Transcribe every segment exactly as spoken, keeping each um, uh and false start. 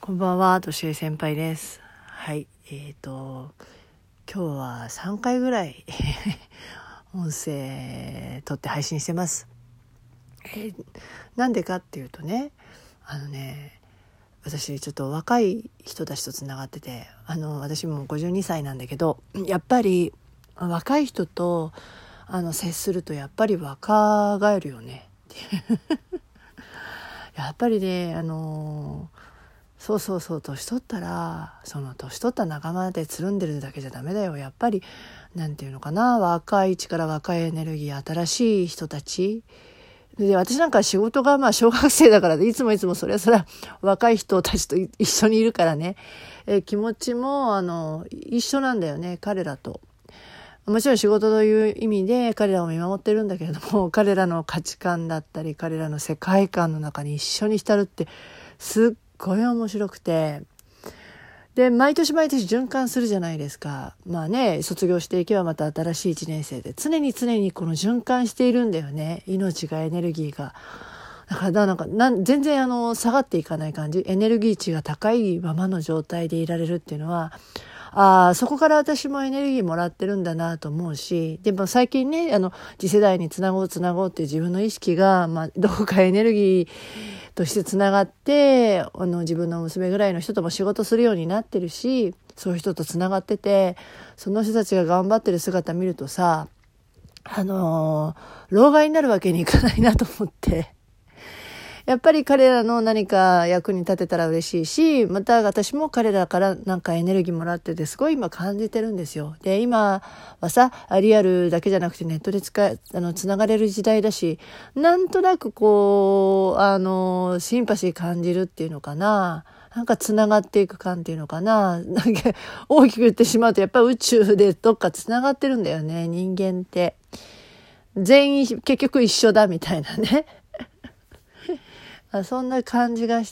こんばんは、としえ先輩です。はい、えーと今日はさんかいぐらい音声撮って配信してます。えー、なんでかっていうとね、あのね、私ちょっと若い人たちとつながってて、あの私もごじゅうにさいなんだけど、やっぱり若い人とあの接するとやっぱり若返るよね。やっぱりね、あのそうそうそう年取ったらその年取った仲間でつるんでるだけじゃダメだよ。やっぱりなんていうのかな、若い力、若いエネルギー、新しい人たちで、私なんか仕事がまあ小学生だからいつもいつもそれはそれは若い人たちと一緒にいるからね、え気持ちもあの一緒なんだよね、彼らと。もちろん仕事という意味で彼らを見守ってるんだけれども、彼らの価値観だったり彼らの世界観の中に一緒に浸るってすっごい面白くて、で毎年毎年循環するじゃないですか。まあね、卒業していけばまた新しいいちねん生で、常に常にこの循環しているんだよね、命が、エネルギーが。だからなんかなん全然あの下がっていかない感じ、エネルギー値が高いままの状態でいられるっていうのは、あそこから私もエネルギーもらってるんだなと思うし、でも最近ね、あの次世代につなごうつなごうっていう自分の意識が、まあ、どこかエネルギーとしてつながって、あの自分の娘ぐらいの人とも仕事するようになってるし、そういう人とつながってて、その人たちが頑張ってる姿見るとさ、あのー、老害になるわけにいかないなと思って、やっぱり彼らの何か役に立てたら嬉しいし、また私も彼らからなんかエネルギーもらっててすごい今感じてるんですよ。で、今はさ、リアルだけじゃなくてネットで使え、あの、つながれる時代だし、なんとなくこう、あの、シンパシー感じるっていうのかな。なんかつながっていく感っていうのかな。なんか大きく言ってしまうとやっぱり宇宙でどっかつながってるんだよね、人間って。全員結局一緒だみたいなね。そんな感じがして、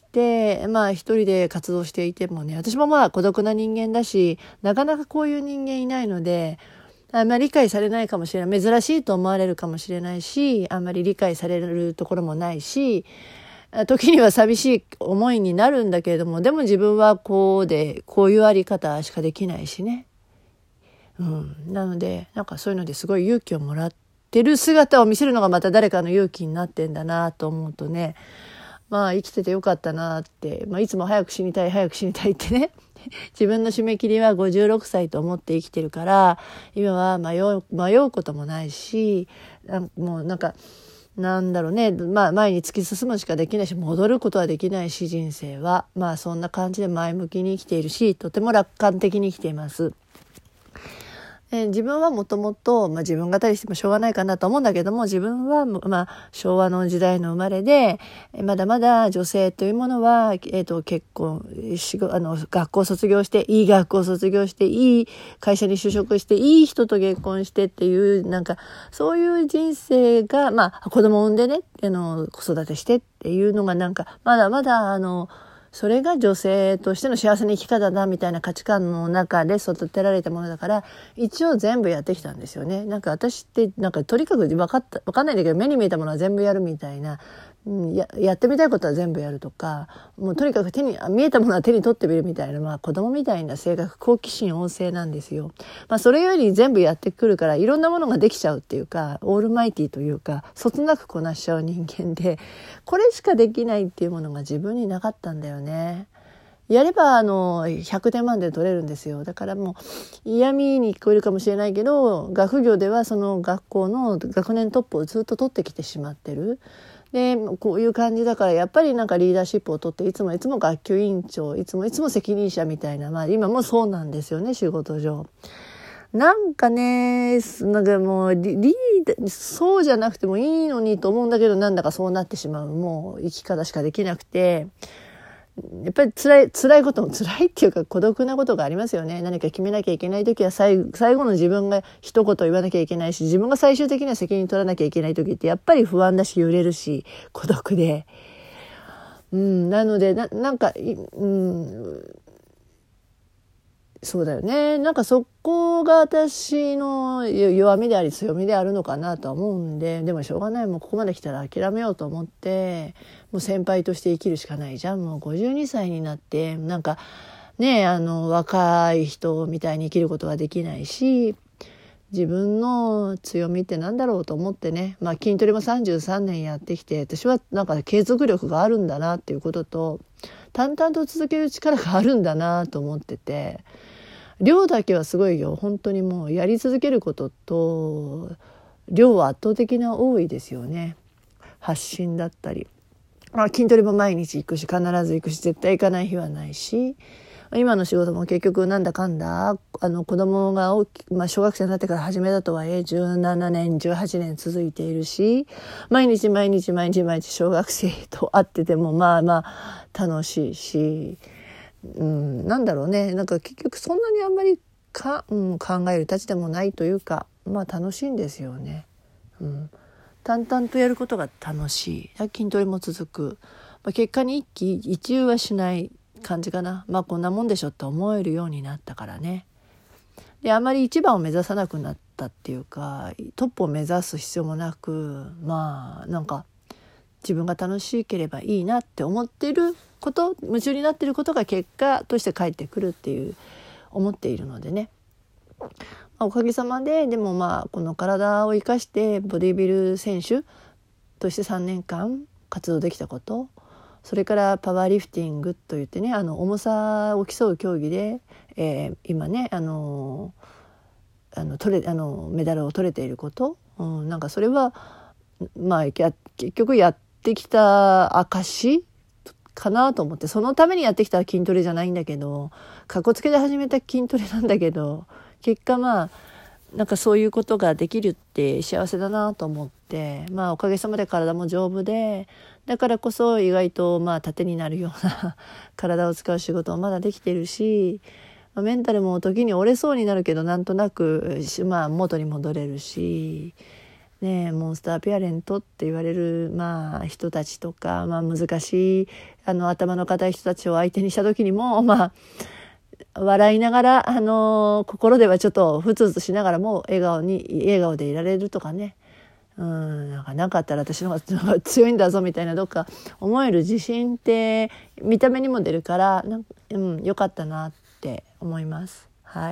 まあ一人で活動していてもね、私もまあ孤独な人間だし、なかなかこういう人間いないので、あんまり理解されないかもしれない、珍しいと思われるかもしれないし、あんまり理解されるところもないし、時には寂しい思いになるんだけれども、でも自分はこうで、こういうあり方しかできないしね。うん。なので、なんかそういうのですごい勇気をもらってる姿を見せるのがまた誰かの勇気になってんだなと思うとね、まあ生きててよかったなって、まあ、いつも早く死にたい早く死にたいってね自分の締め切りはごじゅうろくさいと思って生きてるから、今は迷う、迷うこともないし、もうなんかなんだろうね、まあ前に突き進むしかできないし、戻ることはできないし、人生はまあそんな感じで前向きに生きているし、とても楽観的に生きています。えー、自分はもともと、まあ、自分語りしてもしょうがないかなと思うんだけども、自分は、まあ、昭和の時代の生まれで、まだまだ女性というものは、えーと、結婚しあの学校卒業して、いい学校卒業して、いい会社に就職して、いい人と結婚してっていう、なんかそういう人生が、まあ子供を産んでね、あの子育てしてっていうのがなんかまだまだあのそれが女性としての幸せな生き方だみたいな価値観の中で育てられたものだから、一応全部やってきたんですよね。なんか私ってなんかとにかく分かった分かんないんだけど、目に見えたものは全部やるみたいな、うん、や, やってみたいことは全部やるとか、もうとにかく手に見えたものは手に取ってみるみたいな、まあ子供みたいな性格、好奇心旺盛なんですよ。まあそれより全部やってくるから、いろんなものができちゃうっていうか、オールマイティというか、そつなくこなしちゃう人間で、これしかできないっていうものが自分になかったんだよね。やればあのひゃくてん満点取れるんですよ。だからもう嫌味に聞こえるかもしれないけど、学業ではその学校の学年トップをずっと取ってきてしまってる。でこういう感じだから、やっぱりなんかリーダーシップを取って、いつもいつも学級委員長、いつもいつも責任者みたいな、まあ今もそうなんですよね、仕事上。なんかね、なんかもうリリーダー、そうじゃなくてもいいのにと思うんだけど、なんだかそうなってしまう、もう生き方しかできなくて、やっぱり辛い、辛いことも辛いっていうか孤独なことがありますよね。何か決めなきゃいけないときは最後、最後の自分が一言言わなきゃいけないし、自分が最終的には責任取らなきゃいけないときってやっぱり不安だし、揺れるし、孤独で。うん、なので、な、なんか、うん、 そうだよね。なんかそこが私の弱みであり強みであるのかなとは思うんで、でもしょうがない。もうここまで来たら諦めようと思って、もう先輩として生きるしかないじゃん。もうごじゅうにさいになって、なんかね、あの若い人みたいに生きることはできないし、自分の強みってなんだろうと思ってね、まあ筋トレもさんじゅうさんねんやってきて、私はなんか継続力があるんだなっていうことと、淡々と続ける力があるんだなと思ってて、量だけはすごいよ。本当にもうやり続けることと量は圧倒的な多いですよね。発信だったり、まあ、筋トレも毎日行くし、必ず行くし、絶対行かない日はないし、今の仕事も結局なんだかんだあの子供が大き、まあ、小学生になってから始めたとはいえじゅうななねんじゅうはちねん続いているし、毎日毎日毎日毎日小学生と会っててもまあまあ楽しいし、うん、なんだろうね、なんか結局そんなにあんまりか、うん、考えるたちでもないというか、まあ楽しいんですよね。うん、淡々とやることが楽しい。筋トレも続く、まあ、結果に一喜一憂はしない感じかな。まあこんなもんでしょって思えるようになったからね。であまり一番を目指さなくなったっていうか、トップを目指す必要もなく、まあなんか自分が楽しければいいなって思っていること、夢中になっていることが結果として返ってくるっていう思っているのでね、まあ、おかげさまででもまあこの体を生かしてボディビル選手としてさんねんかん活動できたこと、それからパワーリフティングといってね、あの重さを競う競技で、えー、今ねあのあの取れあのメダルを取れていること、うん、なんかそれはまあ結局やってきた証かなと思って、そのためにやってきた筋トレじゃないんだけど、かっこつけで始めた筋トレなんだけど、結果まあなんかそういうことができるって幸せだなと思って、まあおかげさまで体も丈夫で、だからこそ意外とまあ盾になるような体を使う仕事もまだできてるし、メンタルも時に折れそうになるけどなんとなくまあ元に戻れるし、ね、モンスターペアレントって言われる、まあ、人たちとか、まあ、難しいあの頭の固い人たちを相手にした時にも、まあ、笑いながら、あの心ではちょっとふつふつしながらも笑顔に笑顔でいられるとかね、うん、なんかなかったら私の方が強いんだぞみたいな、どっか思える自信って見た目にも出るからなんか、うん、よかったなって思います。はい、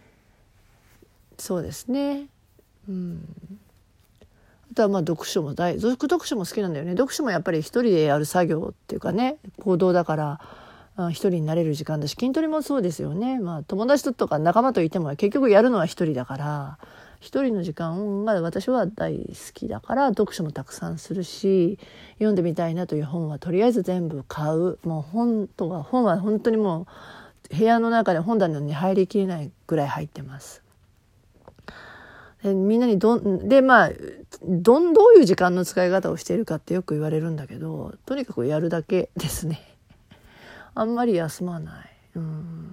そうですね。うん、あとはまあ読書も大読書も好きなんだよね。読書もやっぱり一人でやる作業っていうかね、行動だから一人になれる時間だし、筋トレもそうですよね。まあ友達とか仲間といても結局やるのは一人だから、一人の時間が私は大好きだから読書もたくさんするし、読んでみたいなという本はとりあえず全部買う。もう本とか本は本当にもう部屋の中で本棚に入りきれないぐらい入ってます。でみんなにどんでまあどんどういう時間の使い方をしているかってよく言われるんだけど、とにかくやるだけですね。あんまり休まない、うん、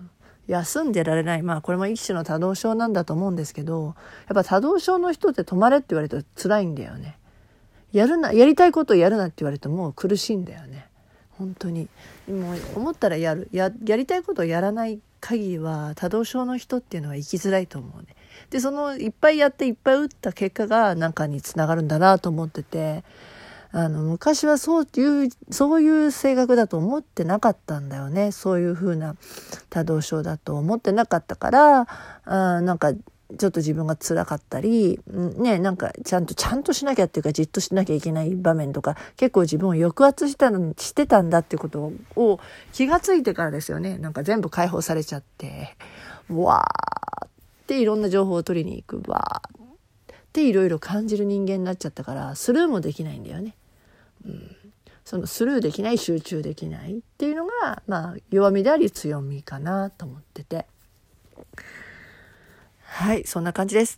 休んでられない。まあこれも一種の多動症なんだと思うんですけど、やっぱ多動症の人って止まれって言われると辛いんだよね。やるなやりたいことをやるなって言われるともう苦しいんだよね。本当にもう思ったらやる や, やりたいことをやらない限りは多動症の人っていうのは生きづらいと思うね。でそのいっぱいやっていっぱい打った結果が何かにつながるんだなと思ってて、あの昔はそういうそういう性格だと思ってなかったんだよね。そういう風な多動症だと思ってなかったから、あなんかちょっと自分が辛かったり、ね、なんかちゃんとちゃんとしなきゃっていうかじっとしなきゃいけない場面とか結構自分を抑圧したのしてたんだっていうことを気がついてからですよね。なんか全部解放されちゃって、わーっていろんな情報を取りに行く、わーっていろいろ感じる人間になっちゃったからスルーもできないんだよね。うん、そのスルーできない、集中できないっていうのがまあ弱みであり強みかなと思ってて、はい、そんな感じです。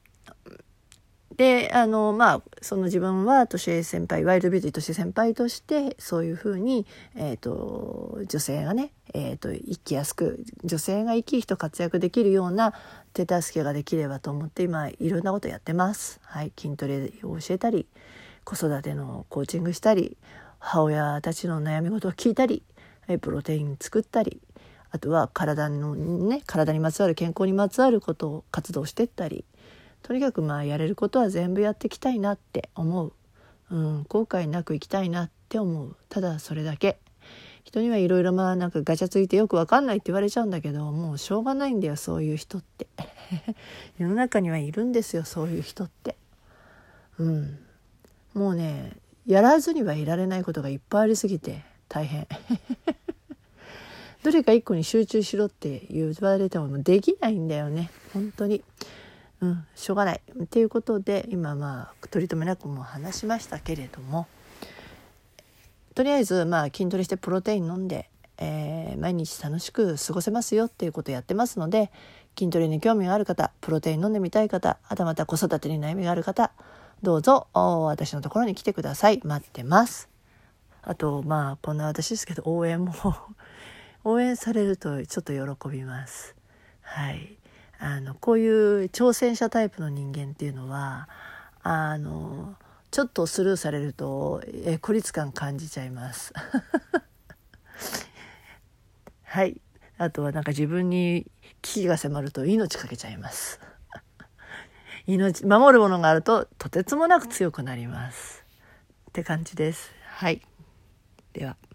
であのまあその自分は年上先輩、ワイルドビューティー年上先輩としてそういうふうに、えー、と女性がね、えー、と生きやすく、女性が生き生きと活躍できるような手助けができればと思って今いろんなことやってます。はい、筋トレを教えたり、子育てのコーチングしたり、母親たちの悩み事を聞いたり、プロテイン作ったり、 あとは体のね、体にまつわる、健康にまつわることを活動してったり、とにかくまあやれることは全部やっていきたいなって思う、うん、後悔なく生きたいなって思う。ただそれだけ。人にはいろいろまあなんかガチャついてよくわかんないって言われちゃうんだけど、もうしょうがないんだよ、そういう人って世の中にはいるんですよ、そういう人って。うん、もうね、やらずにはいられないことがいっぱいありすぎて大変どれか一個に集中しろって言われてもできないんだよね、本当に。うん、しょうがないっていうことで、今まあ取り留めなくも話しましたけれども、とりあえずまあ筋トレしてプロテイン飲んで、えー、毎日楽しく過ごせますよっていうことをやってますので、筋トレに興味がある方、プロテイン飲んでみたい方、はたまた子育てに悩みがある方、どうぞ私のところに来てください。待ってます。あとまあこんな私ですけど、応援も応援されるとちょっと喜びます。はい、あのこういう挑戦者タイプの人間っていうのは、あのちょっとスルーされると、え孤立感感じちゃいますはい、あとはなんか自分に危機が迫ると命かけちゃいます命守るものがあるととてつもなく強くなりますって感じです。はい、では。